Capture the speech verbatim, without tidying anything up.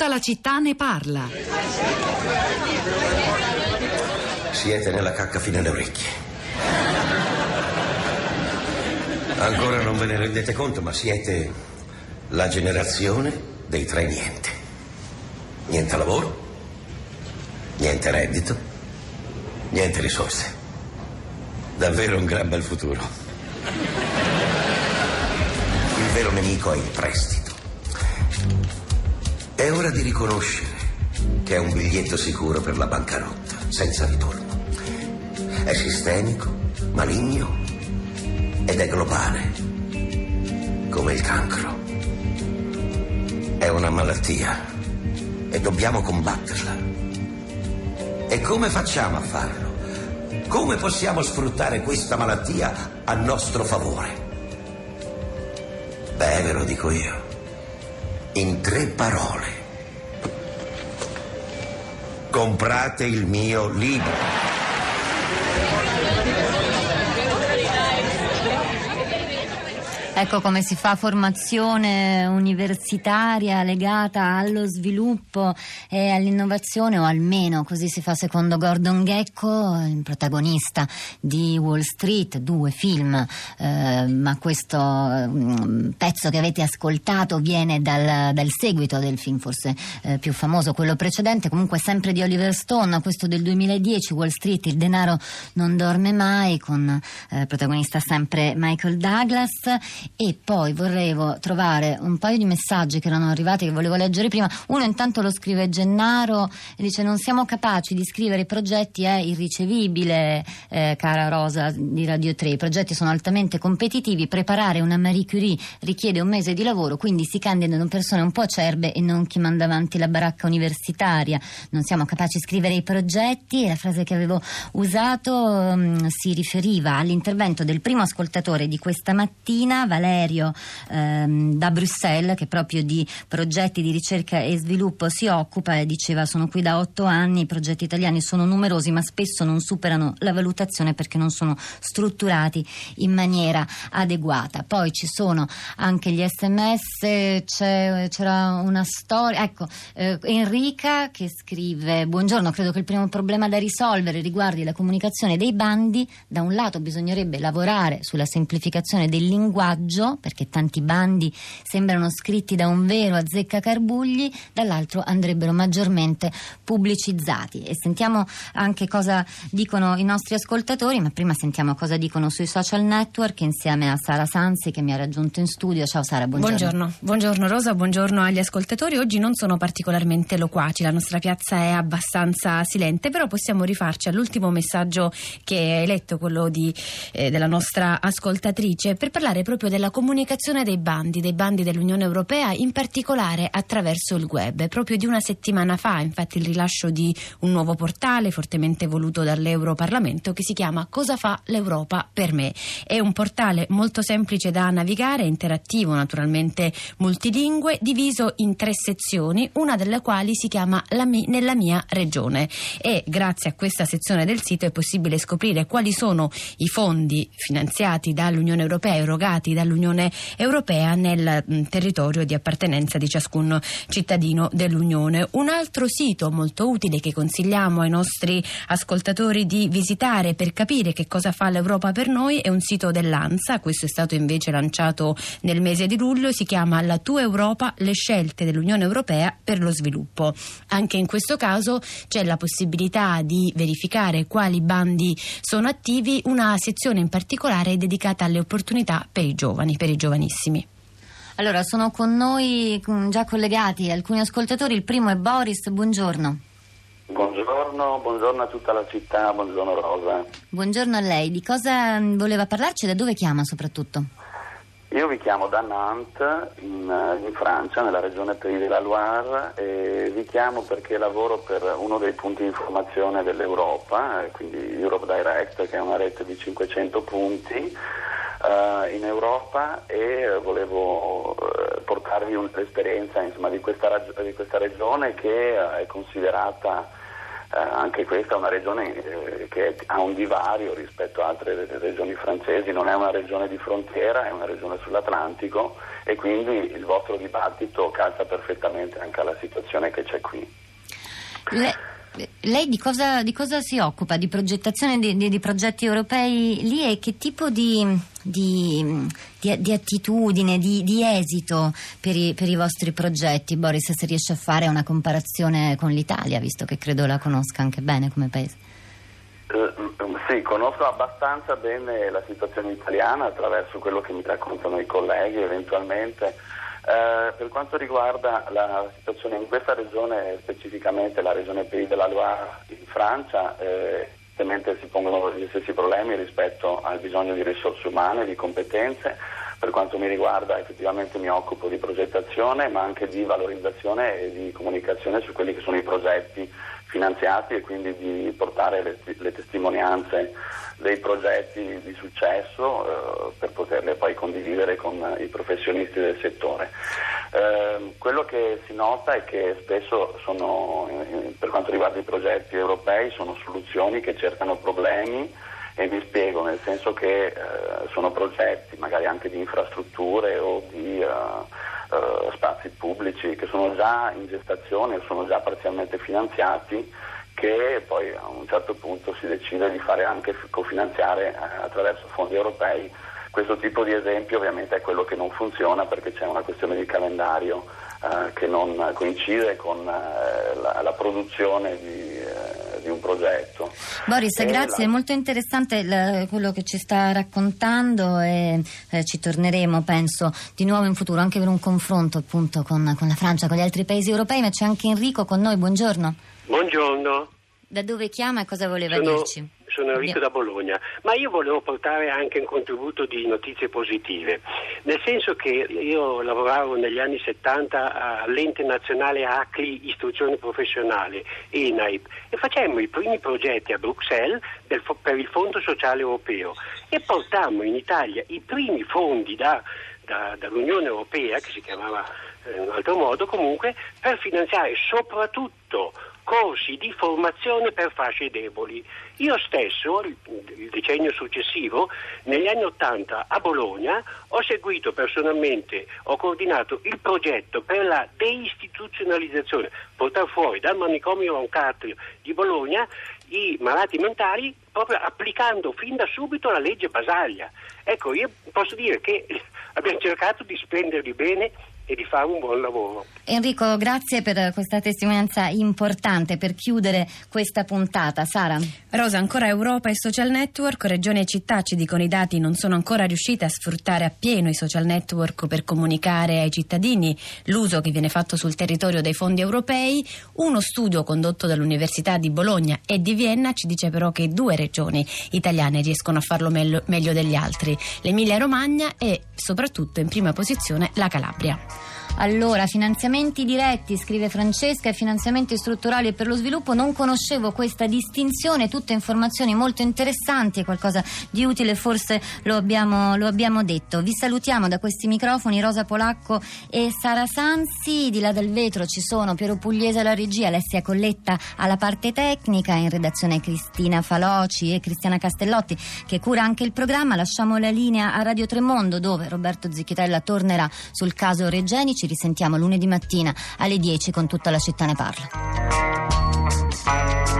Tutta la città ne parla. Siete nella cacca fino alle orecchie. Ancora non ve ne rendete conto, ma siete la generazione dei tre niente. Niente lavoro, niente reddito, niente risorse. Davvero un gran bel futuro. Il vero nemico è il prestito. È ora di riconoscere che è un biglietto sicuro per la bancarotta, senza ritorno. È sistemico, maligno ed è globale, come il cancro. È una malattia e dobbiamo combatterla. E come facciamo a farlo? Come possiamo sfruttare questa malattia a nostro favore? Beh, ve lo dico io. In tre parole. Comprate il mio libro. Ecco come si fa formazione universitaria legata allo sviluppo e all'innovazione, o almeno così si fa secondo Gordon Gekko, il protagonista di Wall Street, due film, eh, ma questo um, pezzo che avete ascoltato viene dal, dal seguito del film forse eh, più famoso, quello precedente, comunque sempre di Oliver Stone, questo del duemiladieci, Wall Street, il denaro non dorme mai, con eh, protagonista sempre Michael Douglas. E poi volevo trovare un paio di messaggi che erano arrivati, che volevo leggere prima. Uno intanto lo scrive Gennaro e dice: non siamo capaci di scrivere i progetti, è irricevibile, eh, cara Rosa di Radio tre, i progetti sono altamente competitivi, preparare una Marie Curie richiede un mese di lavoro, quindi si candidano persone un po' acerbe e non chi manda avanti la baracca universitaria. Non siamo capaci di scrivere i progetti. E la frase che avevo usato um, si riferiva all'intervento del primo ascoltatore di questa mattina, Valerio ehm, da Bruxelles, che proprio di progetti di ricerca e sviluppo si occupa, e diceva: sono qui da otto anni, i progetti italiani sono numerosi ma spesso non superano la valutazione perché non sono strutturati in maniera adeguata. Poi ci sono anche gli sms, c'è, c'era una storia, ecco, eh, Enrica che scrive: buongiorno, credo che il primo problema da risolvere riguardi la comunicazione dei bandi. Da un lato bisognerebbe lavorare sulla semplificazione del linguaggio, perché tanti bandi sembrano scritti da un vero azzeccagarbugli, dall'altro andrebbero maggiormente pubblicizzati. E sentiamo anche cosa dicono i nostri ascoltatori, ma prima sentiamo cosa dicono sui social network insieme a Sara Sanzi, che mi ha raggiunto in studio. Ciao Sara, buongiorno. Buongiorno, buongiorno Rosa, buongiorno agli ascoltatori. Oggi non sono particolarmente loquaci, la nostra piazza è abbastanza silente, però possiamo rifarci all'ultimo messaggio che hai letto, quello di, eh, della nostra ascoltatrice, per parlare proprio della comunicazione dei bandi, dei bandi dell'Unione Europea, in particolare attraverso il web. Proprio di una settimana fa, infatti, il rilascio di un nuovo portale fortemente voluto dall'Europarlamento che si chiama Cosa fa l'Europa per me. È un portale molto semplice da navigare, interattivo, naturalmente multilingue, diviso in tre sezioni, una delle quali si chiama la mi- Nella mia regione, e grazie a questa sezione del sito è possibile scoprire quali sono i fondi finanziati dall'Unione Europea, erogati dall'Unione Europea nel mh, territorio di appartenenza di ciascun cittadino dell'Unione. Un altro sito molto utile che consigliamo ai nostri ascoltatori di visitare per capire che cosa fa l'Europa per noi è un sito dell'ANSA. Questo è stato invece lanciato nel mese di luglio, si chiama La tua Europa, le scelte dell'Unione Europea per lo sviluppo. Anche in questo caso c'è la possibilità di verificare quali bandi sono attivi. Una sezione in particolare è dedicata alle opportunità per i giovani, per i giovanissimi. Allora, sono con noi già collegati alcuni ascoltatori. Il primo è Boris, buongiorno. Buongiorno, buongiorno a tutta la città, buongiorno Rosa. Buongiorno a lei. Di cosa voleva parlarci e da dove chiama soprattutto? Io vi chiamo da Nantes, in, in Francia, nella regione Pays de la Loire, e vi chiamo perché lavoro per uno dei punti di informazione dell'Europa, quindi Europe Direct, che è una rete di cinquecento punti uh, in Europa, e volevo uh, portarvi un, l'esperienza insomma, di, questa rag- di questa regione che uh, è considerata Eh, anche questa è una regione eh, che ha un divario rispetto a altre regioni francesi, non è una regione di frontiera, è una regione sull'Atlantico, e quindi il vostro dibattito calza perfettamente anche alla situazione che c'è qui. Le, lei di cosa, di cosa si occupa? Di progettazione di, di, di progetti europei lì, e che tipo di, di, di, di attitudine, di, di esito per i, per i vostri progetti? Boris, se riesce a fare una comparazione con l'Italia, visto che credo la conosca anche bene come paese. Uh, sì, conosco abbastanza bene la situazione italiana attraverso quello che mi raccontano i colleghi eventualmente. Uh, per quanto riguarda la situazione in questa regione, specificamente la regione Pays de la Loire in Francia, eh, ovviamente si pongono gli stessi problemi rispetto al bisogno di risorse umane, di competenze. Per quanto mi riguarda, effettivamente mi occupo di progettazione, ma anche di valorizzazione e di comunicazione su quelli che sono i progetti finanziati, e quindi di portare le, le testimonianze dei progetti di successo eh, per poterle poi condividere con i professionisti del settore. Eh, quello che si nota è che spesso sono, eh, per quanto riguarda i progetti europei, sono soluzioni che cercano problemi, e mi spiego, nel senso che eh, sono progetti magari anche di infrastrutture o di eh, eh, spazi pubblici che sono già in gestazione, sono già parzialmente finanziati, che poi a un certo punto si decide di fare anche cofinanziare eh, attraverso fondi europei. Questo tipo di esempio ovviamente è quello che non funziona, perché c'è una questione di calendario eh, che non coincide con eh, la, la produzione di, eh, di un progetto. Boris, e grazie, la... è molto interessante il, quello che ci sta raccontando, e eh, ci torneremo, penso, di nuovo in futuro, anche per un confronto appunto con, con la Francia, con gli altri paesi europei. Ma c'è anche Enrico con noi, buongiorno. Buongiorno. Da dove chiama e cosa voleva sono, dirci? Sono Enrico da Bologna, ma io volevo portare anche un contributo di notizie positive, nel senso che io lavoravo negli anni settanta all'ente nazionale A C L I Istruzione Professionale, E N A I P, e facemmo i primi progetti a Bruxelles del, per il Fondo Sociale Europeo, e portammo in Italia i primi fondi da, da, dall'Unione Europea, che si chiamava eh, in un altro modo comunque, per finanziare soprattutto corsi di formazione per fasce deboli. Io stesso, il, il decennio successivo, negli anni Ottanta a Bologna, ho seguito personalmente, ho coordinato il progetto per la deistituzionalizzazione, portare fuori dal manicomio Roncatrio di Bologna i malati mentali, proprio applicando fin da subito la legge Basaglia. Ecco, io posso dire che abbiamo cercato di spenderli bene e di fare un buon lavoro. Enrico, grazie per questa testimonianza importante per chiudere questa puntata. Sara? Rosa, ancora Europa e social network, regioni e città, ci dicono i dati, non sono ancora riuscite a sfruttare appieno i social network per comunicare ai cittadini l'uso che viene fatto sul territorio dei fondi europei. Uno studio condotto dall'Università di Bologna e di Vienna ci dice però che due regioni italiane riescono a farlo meglio, meglio degli altri, l'Emilia Romagna e soprattutto in prima posizione la Calabria. Allora, finanziamenti diretti, scrive Francesca, e finanziamenti strutturali e per lo sviluppo. Non conoscevo questa distinzione, tutte informazioni molto interessanti e qualcosa di utile forse lo abbiamo, lo abbiamo detto. Vi salutiamo da questi microfoni, Rosa Polacco e Sara Sanzi. Di là del vetro ci sono Piero Pugliese alla regia, Alessia Colletta alla parte tecnica, in redazione Cristina Faloci e Cristiana Castellotti che cura anche il programma. Lasciamo la linea a Radio Tremondo, dove Roberto Zicchitella tornerà sul caso Regeni. Ci risentiamo lunedì mattina alle dieci con Tutta la città ne parla.